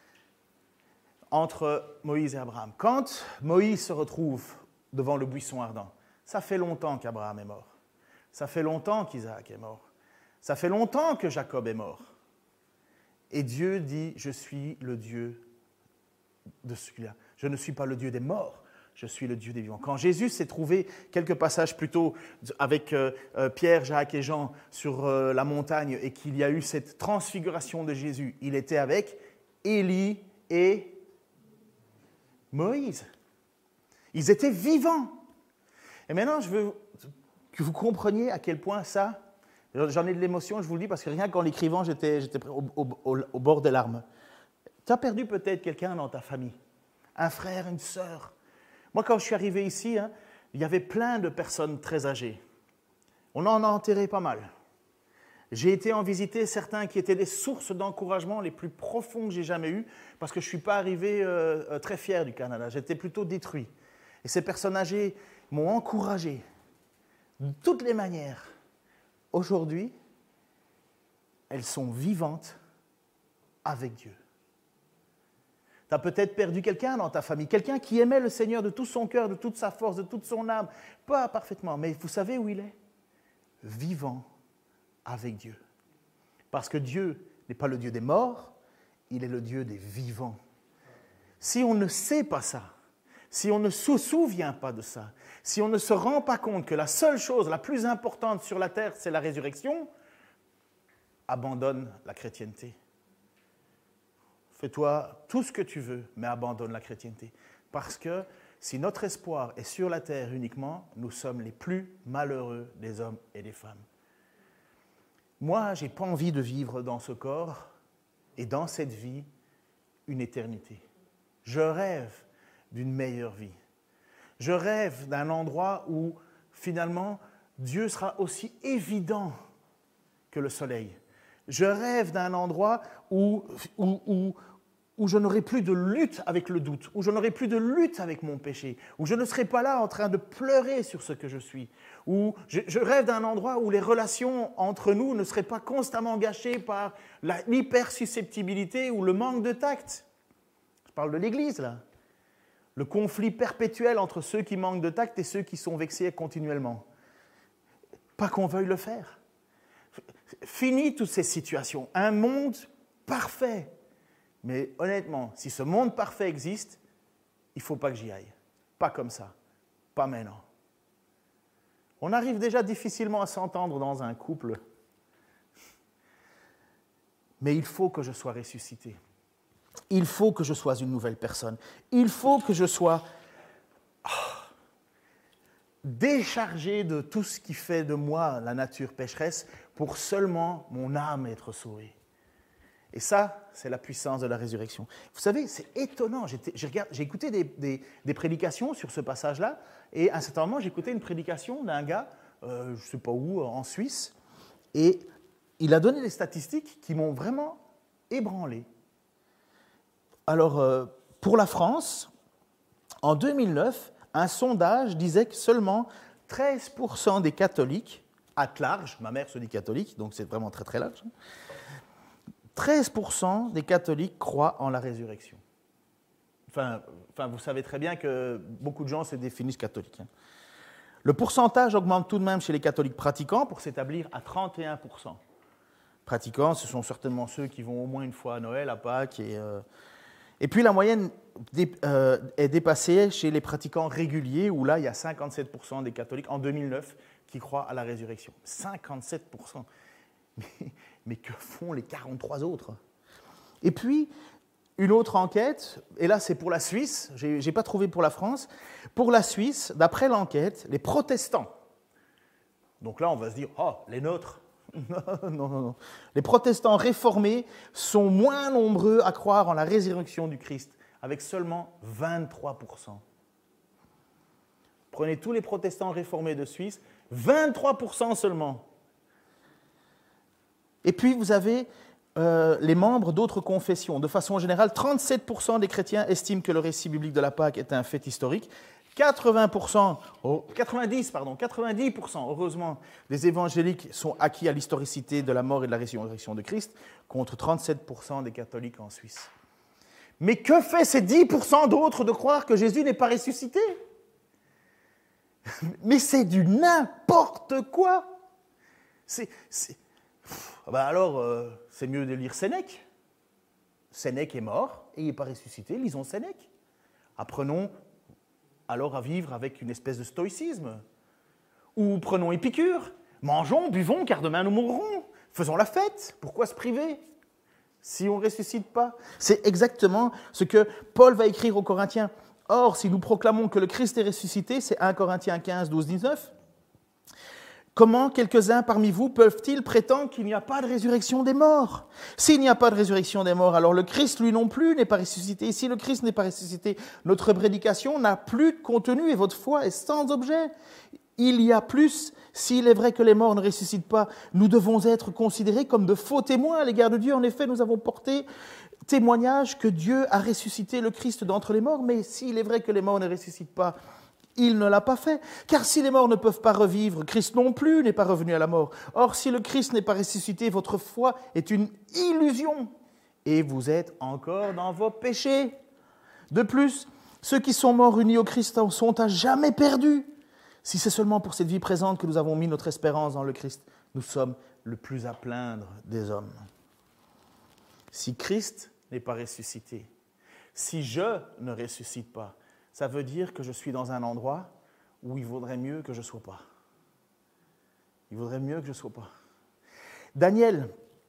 Entre Moïse et Abraham. Quand Moïse se retrouve devant le buisson ardent, ça fait longtemps qu'Abraham est mort. Ça fait longtemps qu'Isaac est mort. Ça fait longtemps que Jacob est mort. Et Dieu dit, je suis le Dieu de celui-là. Je ne suis pas le Dieu des morts, je suis le Dieu des vivants. Quand Jésus s'est trouvé, quelques passages plus tôt, avec euh, euh, Pierre, Jacques et Jean sur euh, la montagne, et qu'il y a eu cette transfiguration de Jésus, il était avec Élie et Moïse. Ils étaient vivants. Et maintenant, je veux que vous compreniez à quel point ça, j'en ai de l'émotion, je vous le dis, parce que rien qu'en l'écrivant, j'étais, j'étais au, au, au bord des larmes. Tu as perdu peut-être quelqu'un dans ta famille, un frère, une sœur. Moi, quand je suis arrivé ici, hein, il y avait plein de personnes très âgées. On en a enterré pas mal. J'ai été en visiter certains qui étaient des sources d'encouragement les plus profonds que j'ai jamais eues, parce que je ne suis pas arrivé euh, très fier du Canada, j'étais plutôt détruit. Et ces personnes âgées m'ont encouragé de toutes les manières. Aujourd'hui, elles sont vivantes avec Dieu. Tu as peut-être perdu quelqu'un dans ta famille, quelqu'un qui aimait le Seigneur de tout son cœur, de toute sa force, de toute son âme, pas parfaitement, mais vous savez où il est? Vivant avec Dieu. Parce que Dieu n'est pas le Dieu des morts, il est le Dieu des vivants. Si on ne sait pas ça, si on ne se souvient pas de ça, si on ne se rend pas compte que la seule chose la plus importante sur la terre, c'est la résurrection, abandonne la chrétienté. Fais-toi tout ce que tu veux, mais abandonne la chrétienté. Parce que Si notre espoir est sur la terre uniquement, nous sommes les plus malheureux des hommes et des femmes. Moi, je n'ai pas envie de vivre dans ce corps et dans cette vie une éternité. Je rêve d'une meilleure vie. Je rêve d'un endroit où, finalement, Dieu sera aussi évident que le soleil. Je rêve d'un endroit où, où, où, où je n'aurai plus de lutte avec le doute, où je n'aurai plus de lutte avec mon péché, où je ne serai pas là en train de pleurer sur ce que je suis, où je, je rêve d'un endroit où les relations entre nous ne seraient pas constamment gâchées par l'hypersusceptibilité ou le manque de tact. Je parle de l'Église, là. Le conflit perpétuel entre ceux qui manquent de tact et ceux qui sont vexés continuellement. Pas qu'on veuille le faire. Fini toutes ces situations. Un monde parfait. Mais honnêtement, si ce monde parfait existe, il ne faut pas que j'y aille. Pas comme ça. Pas maintenant. On arrive déjà difficilement à s'entendre dans un couple. Mais il faut que je sois ressuscité. Il faut que je sois une nouvelle personne. Il faut que je sois oh, déchargé de tout ce qui fait de moi la nature pécheresse pour seulement mon âme être sauvée. Et ça, c'est la puissance de la résurrection. Vous savez, c'est étonnant. J'étais, j'ai, regardé, j'ai écouté des, des, des prédications sur ce passage-là, et à un certain moment, j'ai écouté une prédication d'un gars, euh, je ne sais pas où, en Suisse, et il a donné des statistiques qui m'ont vraiment ébranlé. Alors, euh, pour la France, en deux mille neuf, un sondage disait que seulement treize pour cent des catholiques, at large, ma mère se dit catholique, donc c'est vraiment très très large, treize pour cent des catholiques croient en la résurrection. Enfin, enfin, vous savez très bien que beaucoup de gens se définissent catholiques. Hein. Le pourcentage augmente tout de même chez les catholiques pratiquants pour s'établir à trente et un pour cent. Pratiquants, ce sont certainement ceux qui vont au moins une fois à Noël, à Pâques. Et, euh... et puis la moyenne dé, euh, est dépassée chez les pratiquants réguliers, où là, il y a cinquante-sept pour cent des catholiques en deux mille neuf qui croient à la résurrection. cinquante-sept pour cent. Mais, mais que font les quarante-trois autres? Et puis, une autre enquête, et là c'est pour la Suisse, je n'ai pas trouvé pour la France, pour la Suisse, d'après l'enquête, les protestants, donc là on va se dire, oh, les nôtres, non, non, non, non, les protestants réformés sont moins nombreux à croire en la résurrection du Christ, avec seulement vingt-trois pour cent. Prenez tous les protestants réformés de Suisse, vingt-trois pour cent seulement. Et puis vous avez euh, les membres d'autres confessions. De façon générale, trente-sept pour cent des chrétiens estiment que le récit biblique de la Pâque est un fait historique. quatre-vingts pour cent, oh, quatre-vingt-dix, pardon, quatre-vingt-dix pour cent, heureusement, des évangéliques sont acquis à l'historicité de la mort et de la résurrection de Christ, contre trente-sept pour cent des catholiques en Suisse. Mais que fait ces dix pour cent d'autres de croire que Jésus n'est pas ressuscité? Mais c'est du n'importe quoi. C'est... c'est... Ben alors, euh, c'est mieux de lire Sénèque. Sénèque est mort et il n'est pas ressuscité, lisons Sénèque. Apprenons alors à vivre avec une espèce de stoïcisme. Ou prenons Épicure, mangeons, buvons, car demain nous mourrons. Faisons la fête, pourquoi se priver si on ne ressuscite pas? C'est exactement ce que Paul va écrire aux Corinthiens. Or, si nous proclamons que le Christ est ressuscité, c'est un Corinthiens quinze, douze, dix-neuf, comment quelques-uns parmi vous peuvent-ils prétendre qu'il n'y a pas de résurrection des morts? S'il n'y a pas de résurrection des morts, alors le Christ, lui non plus, n'est pas ressuscité. Et si le Christ n'est pas ressuscité, notre prédication n'a plus de contenu et votre foi est sans objet. Il y a plus, s'il est vrai que les morts ne ressuscitent pas, nous devons être considérés comme de faux témoins à l'égard de Dieu. En effet, nous avons porté témoignage que Dieu a ressuscité le Christ d'entre les morts, mais s'il est vrai que les morts ne ressuscitent pas, il ne l'a pas fait, car si les morts ne peuvent pas revivre, Christ non plus n'est pas revenu à la mort. Or, si le Christ n'est pas ressuscité, votre foi est une illusion, et vous êtes encore dans vos péchés. De plus, ceux qui sont morts unis au Christ sont à jamais perdus. Si c'est seulement pour cette vie présente que nous avons mis notre espérance dans le Christ, nous sommes le plus à plaindre des hommes. Si Christ n'est pas ressuscité, si je ne ressuscite pas, ça veut dire que je suis dans un endroit où il vaudrait mieux que je ne sois pas. Il vaudrait mieux que je ne sois pas. Daniel,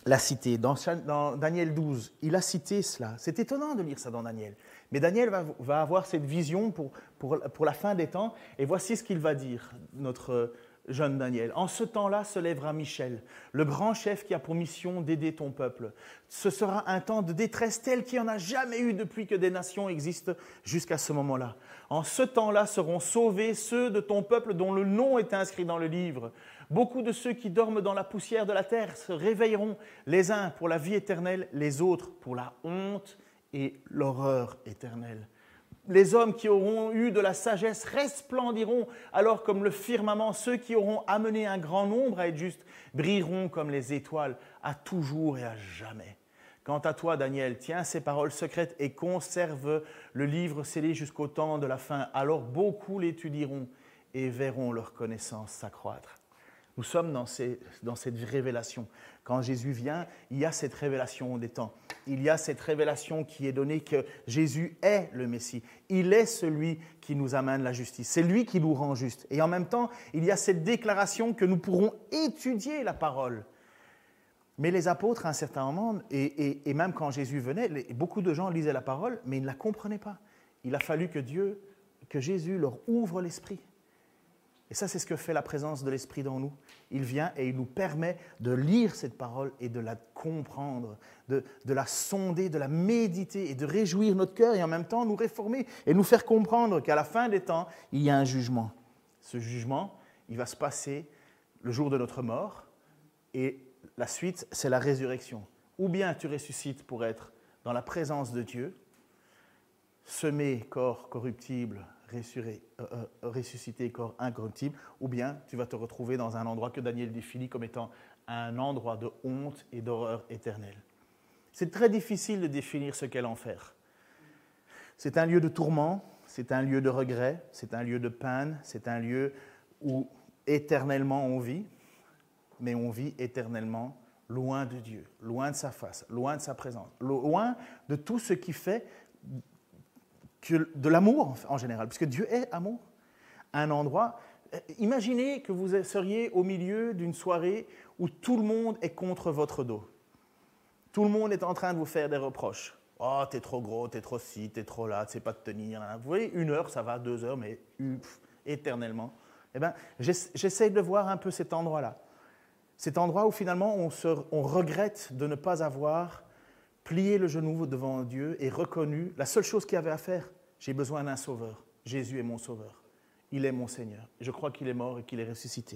l'a cité. Dans, dans Daniel douze, il a cité cela. C'est étonnant de lire ça dans Daniel. Mais Daniel va, va avoir cette vision pour, pour, pour la fin des temps. Et voici ce qu'il va dire, notre jeune Daniel. En ce temps-là se lèvera Michel, le grand chef qui a pour mission d'aider ton peuple. Ce sera un temps de détresse tel qu'il n'y en a jamais eu depuis que des nations existent jusqu'à ce moment-là. En ce temps-là seront sauvés ceux de ton peuple dont le nom est inscrit dans le livre. Beaucoup de ceux qui dorment dans la poussière de la terre se réveilleront, les uns pour la vie éternelle, les autres pour la honte et l'horreur éternelle. Les hommes qui auront eu de la sagesse resplendiront, alors comme le firmament, ceux qui auront amené un grand nombre à être justes brilleront comme les étoiles, à toujours et à jamais. Quant à toi, Daniel, tiens ces paroles secrètes et conserve le livre scellé jusqu'au temps de la fin. Alors beaucoup l'étudieront et verront leur connaissance s'accroître. Nous sommes dans, ces, dans cette révélation. Quand Jésus vient, il y a cette révélation des temps. Il y a cette révélation qui est donnée que Jésus est le Messie. Il est celui qui nous amène la justice. C'est lui qui nous rend justes. Et en même temps, il y a cette déclaration que nous pourrons étudier la parole. Mais les apôtres, à un certain moment, et, et, et même quand Jésus venait, les, beaucoup de gens lisaient la parole, mais ils ne la comprenaient pas. Il a fallu que Dieu, que Jésus leur ouvre l'esprit. Et ça, c'est ce que fait la présence de l'Esprit dans nous. Il vient et il nous permet de lire cette parole et de la comprendre, de, de la sonder, de la méditer et de réjouir notre cœur et en même temps nous réformer et nous faire comprendre qu'à la fin des temps, il y a un jugement. Ce jugement, il va se passer le jour de notre mort et la suite, c'est la résurrection. Ou bien tu ressuscites pour être dans la présence de Dieu, semé corps corruptible, Ressuré, euh, euh, ressuscité corps incorruptible, ou bien tu vas te retrouver dans un endroit que Daniel définit comme étant un endroit de honte et d'horreur éternelle. C'est très difficile de définir ce qu'est l'enfer. C'est un lieu de tourment, c'est un lieu de regret, c'est un lieu de peine, c'est un lieu où éternellement on vit, mais on vit éternellement loin de Dieu, loin de sa face, loin de sa présence, loin de tout ce qui fait que de l'amour en général, puisque Dieu est amour. Un endroit, imaginez que vous seriez au milieu d'une soirée où tout le monde est contre votre dos. Tout le monde est en train de vous faire des reproches. « Oh, t'es trop gros, t'es trop ci, t'es trop là, tu sais pas te tenir. » Vous voyez, une heure, ça va, deux heures, mais pff, éternellement. Eh bien, j'essaie de voir un peu cet endroit-là. Cet endroit où finalement on, se, on regrette de ne pas avoir plié le genou devant Dieu et reconnu la seule chose qu'il y avait à faire. J'ai besoin d'un sauveur. Jésus est mon sauveur. Il est mon Seigneur. Je crois qu'il est mort et qu'il est ressuscité.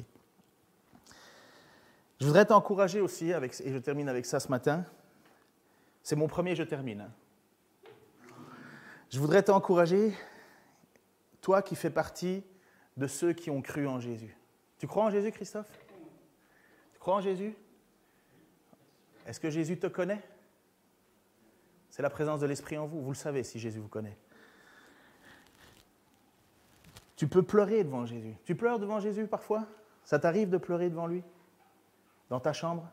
Je voudrais t'encourager aussi, avec, et je termine avec ça ce matin. C'est mon premier, je termine. Hein. Je voudrais t'encourager, toi qui fais partie de ceux qui ont cru en Jésus. Tu crois en Jésus, Christophe? Tu crois en Jésus? Est-ce que Jésus te connaît? C'est la présence de l'Esprit en vous. Vous le savez si Jésus vous connaît. Tu peux pleurer devant Jésus. Tu pleures devant Jésus parfois? Ça t'arrive de pleurer devant lui? Dans ta chambre?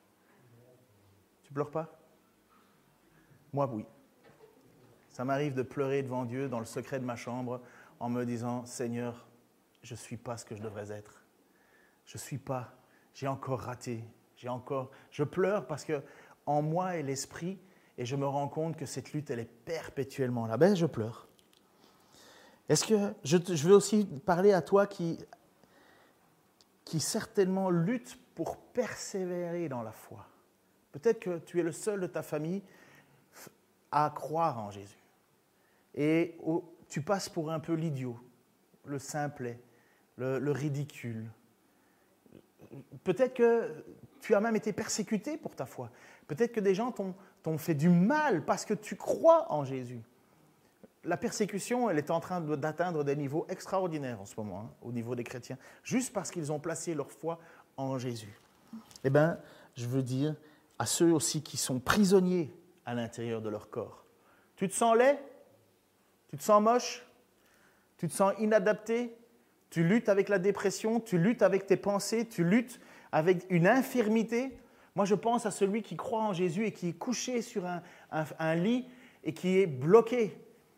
Tu pleures pas? Moi, oui. Ça m'arrive de pleurer devant Dieu dans le secret de ma chambre en me disant « Seigneur, je ne suis pas ce que je devrais être. Je ne suis pas. J'ai encore raté. J'ai encore... Je pleure parce que en moi est l'Esprit et je me rends compte que cette lutte, elle est perpétuellement là. Ben, je pleure. Est-ce que je, je veux aussi parler à toi qui, qui certainement lutte pour persévérer dans la foi. Peut-être que tu es le seul de ta famille à croire en Jésus. Et oh, tu passes pour un peu l'idiot, le simplet, le, le ridicule. Peut-être que tu as même été persécuté pour ta foi. Peut-être que des gens t'ont, t'ont fait du mal parce que tu crois en Jésus. La persécution, elle est en train de, d'atteindre des niveaux extraordinaires en ce moment, hein, au niveau des chrétiens, juste parce qu'ils ont placé leur foi en Jésus. Eh bien, je veux dire à ceux aussi qui sont prisonniers à l'intérieur de leur corps. Tu te sens laid? Tu te sens moche? Tu te sens inadapté? Tu luttes avec la dépression? Tu luttes avec tes pensées? Tu luttes avec une infirmité? Moi, je pense à celui qui croit en Jésus et qui est couché sur un, un, un lit et qui est bloqué.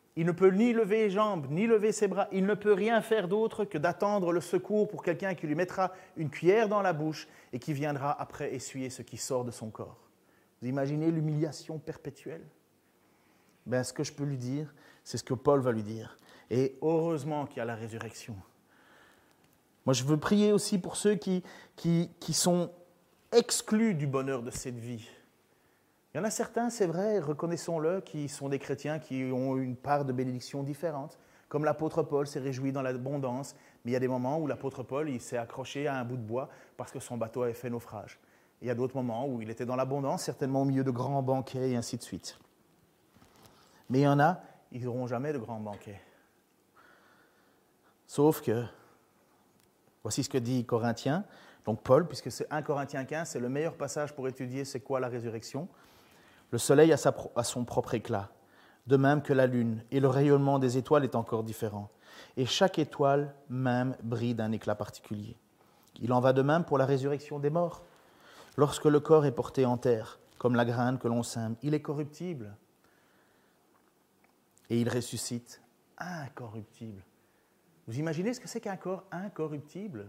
Il ne peut ni lever les jambes, ni lever ses bras. Il ne peut rien faire d'autre que d'attendre le secours pour quelqu'un qui lui mettra une cuillère dans la bouche et qui viendra après essuyer ce qui sort de son corps. Vous imaginez l'humiliation perpétuelle? Ben, ce que je peux lui dire, c'est ce que Paul va lui dire. Et heureusement qu'il y a la résurrection. Moi, je veux prier aussi pour ceux qui, qui, qui sont exclus du bonheur de cette vie. Il y en a certains, c'est vrai, reconnaissons-le, qui sont des chrétiens qui ont une part de bénédiction différente. Comme l'apôtre Paul s'est réjoui dans l'abondance, mais il y a des moments où l'apôtre Paul il s'est accroché à un bout de bois parce que son bateau avait fait naufrage. Et il y a d'autres moments où il était dans l'abondance, certainement au milieu de grands banquets et ainsi de suite. Mais il y en a, ils n'auront jamais de grands banquets. Sauf que, voici ce que dit Corinthiens, donc Paul, puisque c'est un Corinthiens quinze, c'est le meilleur passage pour étudier c'est quoi la résurrection. Le soleil a, sa, a son propre éclat, de même que la lune, et le rayonnement des étoiles est encore différent. Et chaque étoile même brille d'un éclat particulier. Il en va de même pour la résurrection des morts. Lorsque le corps est porté en terre, comme la graine que l'on sème, il est corruptible. Et il ressuscite incorruptible. Vous imaginez ce que c'est qu'un corps incorruptible?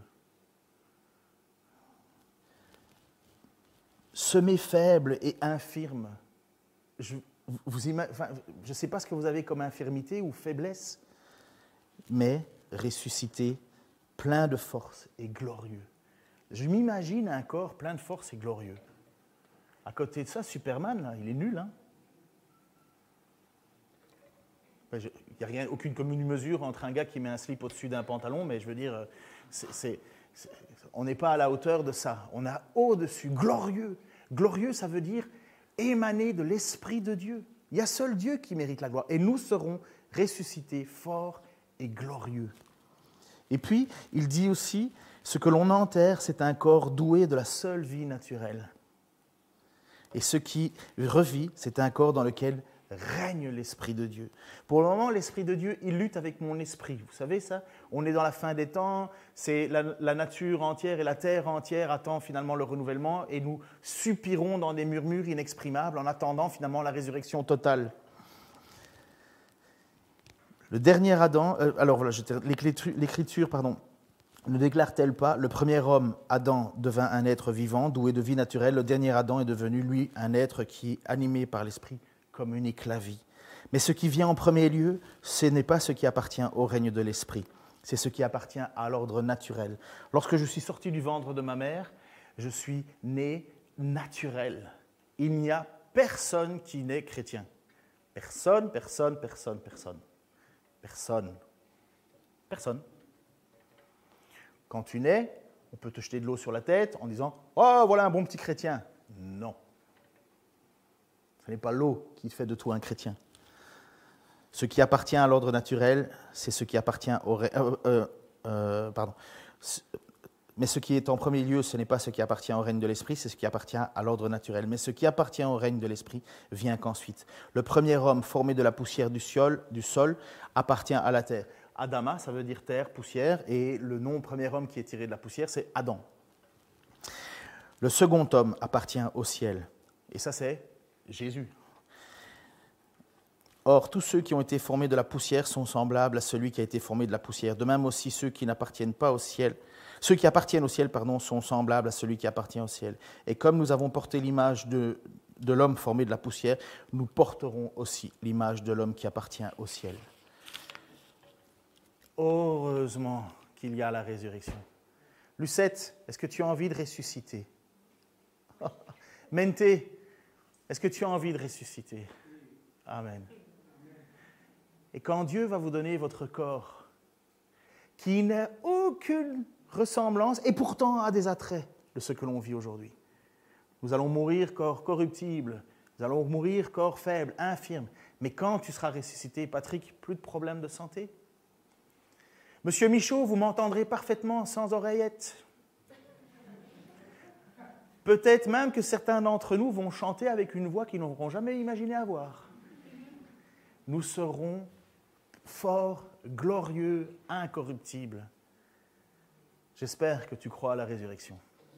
Semé faible et infirme. Je ne enfin, sais pas ce que vous avez comme infirmité ou faiblesse, mais ressuscité, plein de force et glorieux. Je m'imagine un corps plein de force et glorieux. À côté de ça, Superman, là, il est nul. Hein? Il n'y a rien, aucune commune mesure entre un gars qui met un slip au-dessus d'un pantalon, mais je veux dire, c'est, c'est, c'est, on n'est pas à la hauteur de ça. On a au-dessus, glorieux. Glorieux, ça veut dire émané de l'Esprit de Dieu. Il y a seul Dieu qui mérite la gloire. Et nous serons ressuscités forts et glorieux. Et puis, il dit aussi, ce que l'on enterre, c'est un corps doué de la seule vie naturelle. Et ce qui revit, c'est un corps dans lequel règne l'Esprit de Dieu. Pour le moment, l'Esprit de Dieu, il lutte avec mon esprit. Vous savez ça? On est dans la fin des temps, c'est la, la nature entière et la terre entière attend finalement le renouvellement et nous soupirons dans des murmures inexprimables en attendant finalement la résurrection totale. Le dernier Adam, euh, alors voilà, je, l'écriture, l'écriture, pardon, ne déclare-t-elle pas, le premier homme, Adam, devint un être vivant, doué de vie naturelle, le dernier Adam est devenu, lui, un être qui est animé par l'esprit, communique la vie. Mais ce qui vient en premier lieu, ce n'est pas ce qui appartient au règne de l'esprit, c'est ce qui appartient à l'ordre naturel. Lorsque je suis sorti du ventre de ma mère, je suis né naturel. Il n'y a personne qui naît chrétien. Personne, personne, personne, personne. Personne. Personne. Quand tu nais, on peut te jeter de l'eau sur la tête en disant « Oh, voilà un bon petit chrétien ». Non. Ce n'est pas l'eau qui fait de toi un chrétien. Ce qui appartient à l'ordre naturel, c'est ce qui appartient au... Euh, euh, euh, pardon. Mais ce qui est en premier lieu, ce n'est pas ce qui appartient au règne de l'esprit, c'est ce qui appartient à l'ordre naturel. Mais ce qui appartient au règne de l'esprit vient qu'ensuite. Le premier homme formé de la poussière du sol, du sol appartient à la terre. Adama, ça veut dire terre, poussière, et le nom premier homme qui est tiré de la poussière, c'est Adam. Le second homme appartient au ciel, et ça c'est Jésus. Or, tous ceux qui ont été formés de la poussière sont semblables à celui qui a été formé de la poussière. De même aussi, ceux qui n'appartiennent pas au ciel, ceux qui appartiennent au ciel, pardon, sont semblables à celui qui appartient au ciel. Et comme nous avons porté l'image de, de l'homme formé de la poussière, nous porterons aussi l'image de l'homme qui appartient au ciel. Heureusement qu'il y a la résurrection. Lucette, est-ce que tu as envie de ressusciter? Mente, est-ce que tu as envie de ressusciter? Amen. Et quand Dieu va vous donner votre corps, qui n'a aucune ressemblance et pourtant a des attraits de ce que l'on vit aujourd'hui, nous allons mourir corps corruptible, nous allons mourir corps faible, infirme. Mais quand tu seras ressuscité, Patrick, plus de problème de santé? Monsieur Michaud, vous m'entendrez parfaitement sans oreillette. Peut-être même que certains d'entre nous vont chanter avec une voix qu'ils n'auront jamais imaginé avoir. Nous serons forts, glorieux, incorruptibles. J'espère que tu crois à la résurrection.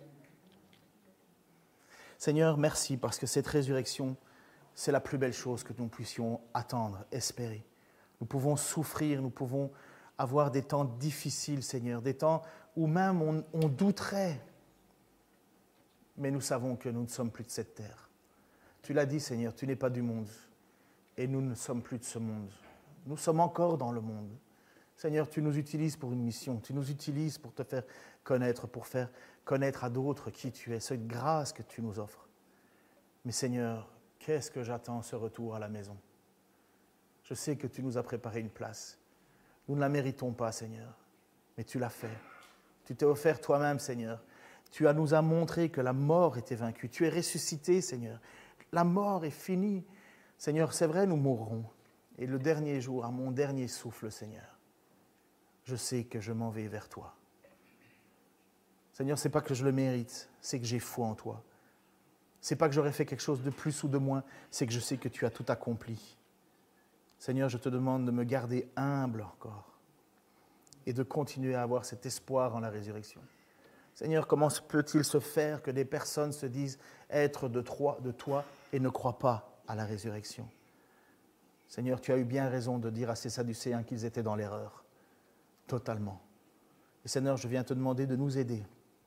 Seigneur, merci parce que cette résurrection, c'est la plus belle chose que nous puissions attendre, espérer. Nous pouvons souffrir, nous pouvons avoir des temps difficiles, Seigneur, des temps où même on, on douterait. Mais nous savons que nous ne sommes plus de cette terre. Tu l'as dit, Seigneur, tu n'es pas du monde. Et nous ne sommes plus de ce monde. Nous sommes encore dans le monde. Seigneur, tu nous utilises pour une mission. Tu nous utilises pour te faire connaître, pour faire connaître à d'autres qui tu es, cette grâce que tu nous offres. Mais Seigneur, qu'est-ce que j'attends ce retour à la maison? Je sais que tu nous as préparé une place. Nous ne la méritons pas, Seigneur, mais tu l'as fait. Tu t'es offert toi-même, Seigneur. Tu as, nous as montré que la mort était vaincue. Tu es ressuscité, Seigneur. La mort est finie. Seigneur, c'est vrai, nous mourrons. Et le dernier jour, à mon dernier souffle, Seigneur, je sais que je m'en vais vers toi. Seigneur, ce n'est pas que je le mérite, c'est que j'ai foi en toi. Ce n'est pas que j'aurais fait quelque chose de plus ou de moins, c'est que je sais que tu as tout accompli. Seigneur, je te demande de me garder humble encore et de continuer à avoir cet espoir en la résurrection. Seigneur, comment peut-il se faire que des personnes se disent être de toi, de toi et ne croient pas à la résurrection? Seigneur, tu as eu bien raison de dire à ces Sadducéens qu'ils étaient dans l'erreur, totalement. Et Seigneur, je viens te demander de nous aider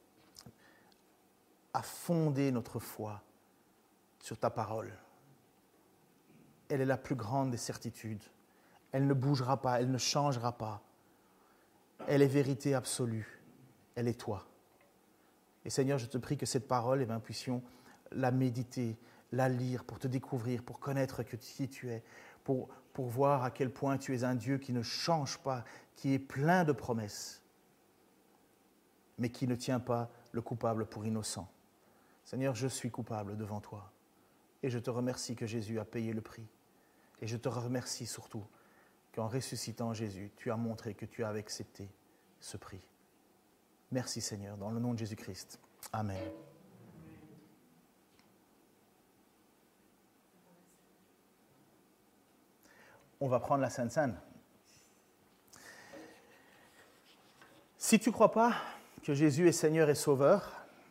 à fonder notre foi sur ta parole. Elle est la plus grande des certitudes. Elle ne bougera pas, elle ne changera pas. Elle est vérité absolue. Elle est toi. Et Seigneur, je te prie que cette parole, eh bien, puissions la méditer, la lire pour te découvrir, pour connaître qui tu es, pour, pour voir à quel point tu es un Dieu qui ne change pas, qui est plein de promesses, mais qui ne tient pas le coupable pour innocent. Seigneur, je suis coupable devant toi. Et je te remercie que Jésus a payé le prix. Et je te remercie surtout qu'en ressuscitant Jésus, tu as montré que tu as accepté ce prix. Merci Seigneur, dans le nom de Jésus-Christ. Amen. On va prendre la Sainte Seine. Si tu ne crois pas que Jésus est Seigneur et Sauveur,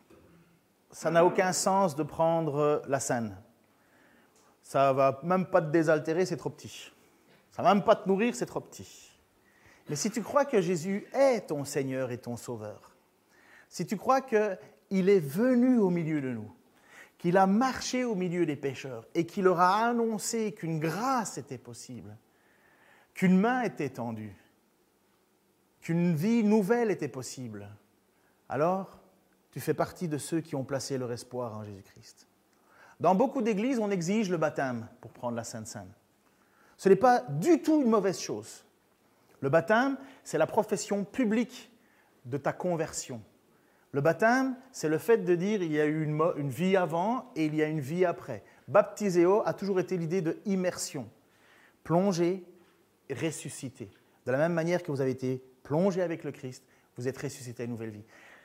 ça n'a aucun sens de prendre la Seine. Ça ne va même pas te désaltérer, c'est trop petit. Ça ne va même pas te nourrir, c'est trop petit. Mais si tu crois que Jésus est ton Seigneur et ton Sauveur, si tu crois qu'il est venu au milieu de nous, qu'il a marché au milieu des pécheurs et qu'il leur a annoncé qu'une grâce était possible, qu'une main était tendue, qu'une vie nouvelle était possible, alors tu fais partie de ceux qui ont placé leur espoir en Jésus-Christ. Dans beaucoup d'églises, on exige le baptême pour prendre la Sainte Seine. Ce n'est pas du tout une mauvaise chose. Le baptême, c'est la profession publique de ta conversion. Le baptême, c'est le fait de dire il y a eu une, une vie avant et il y a une vie après. Baptiseo a toujours été l'idée de immersion. Plonger, ressusciter. De la même manière que vous avez été plongé avec le Christ, vous êtes ressuscité à une nouvelle vie.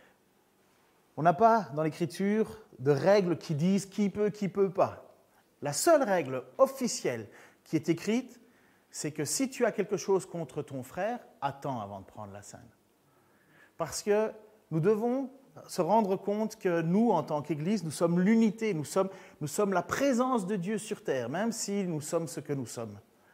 On n'a pas dans l'Écriture de règles qui disent qui peut, qui ne peut pas. La seule règle officielle qui est écrite, c'est que si tu as quelque chose contre ton frère, attends avant de prendre la Seine. Parce que nous devons se rendre compte que nous, en tant qu'Église, nous sommes l'unité, nous sommes, nous sommes la présence de Dieu sur terre, même si nous sommes ce que nous sommes.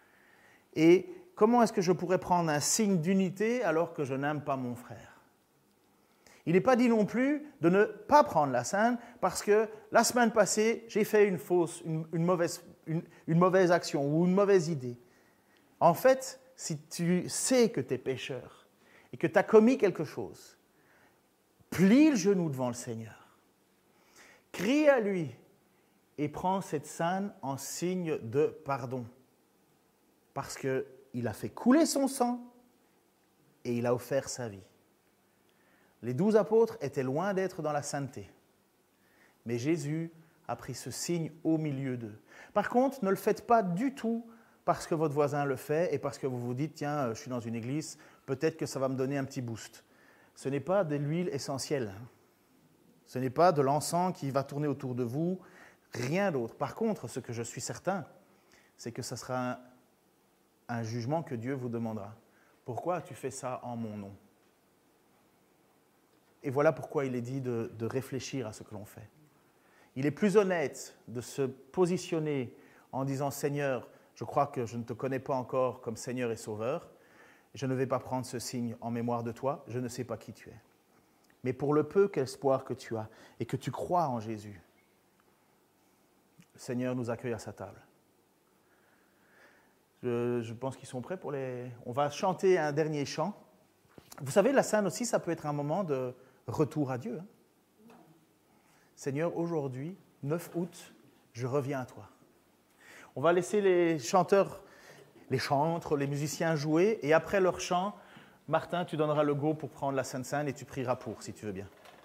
Et comment est-ce que je pourrais prendre un signe d'unité alors que je n'aime pas mon frère ? Il n'est pas dit non plus de ne pas prendre la Seine parce que la semaine passée, j'ai fait une fausse, une, une, mauvaise, une, une mauvaise action ou une mauvaise idée. En fait, si tu sais que tu es pécheur et que tu as commis quelque chose, plie le genou devant le Seigneur, crie à lui et prends cette Seine en signe de pardon. Parce qu'il a fait couler son sang et il a offert sa vie. Les douze apôtres étaient loin d'être dans la sainteté. Mais Jésus a pris ce signe au milieu d'eux. Par contre, ne le faites pas du tout parce que votre voisin le fait et parce que vous vous dites « Tiens, je suis dans une église, peut-être que ça va me donner un petit boost ». Ce n'est pas de l'huile essentielle. Ce n'est pas de l'encens qui va tourner autour de vous, rien d'autre. Par contre, ce que je suis certain, c'est que ce sera un, un jugement que Dieu vous demandera. Pourquoi tu fais ça en mon nom ? Et voilà pourquoi il est dit de, de réfléchir à ce que l'on fait. Il est plus honnête de se positionner en disant « Seigneur, je crois que je ne te connais pas encore comme Seigneur et Sauveur. Je ne vais pas prendre ce signe en mémoire de toi. Je ne sais pas qui tu es. Mais pour le peu qu'espoir que tu as et que tu crois en Jésus, le Seigneur nous accueille à sa table. Je, je pense qu'ils sont prêts pour les... On va chanter un dernier chant. Vous savez, la scène aussi, ça peut être un moment de retour à Dieu. Hein? Seigneur, aujourd'hui, neuf août, je reviens à toi. On va laisser les chanteurs, les chantres, les musiciens jouer, et après leur chant, Martin, tu donneras le go pour prendre la Sainte Seine et tu prieras pour, si tu veux bien.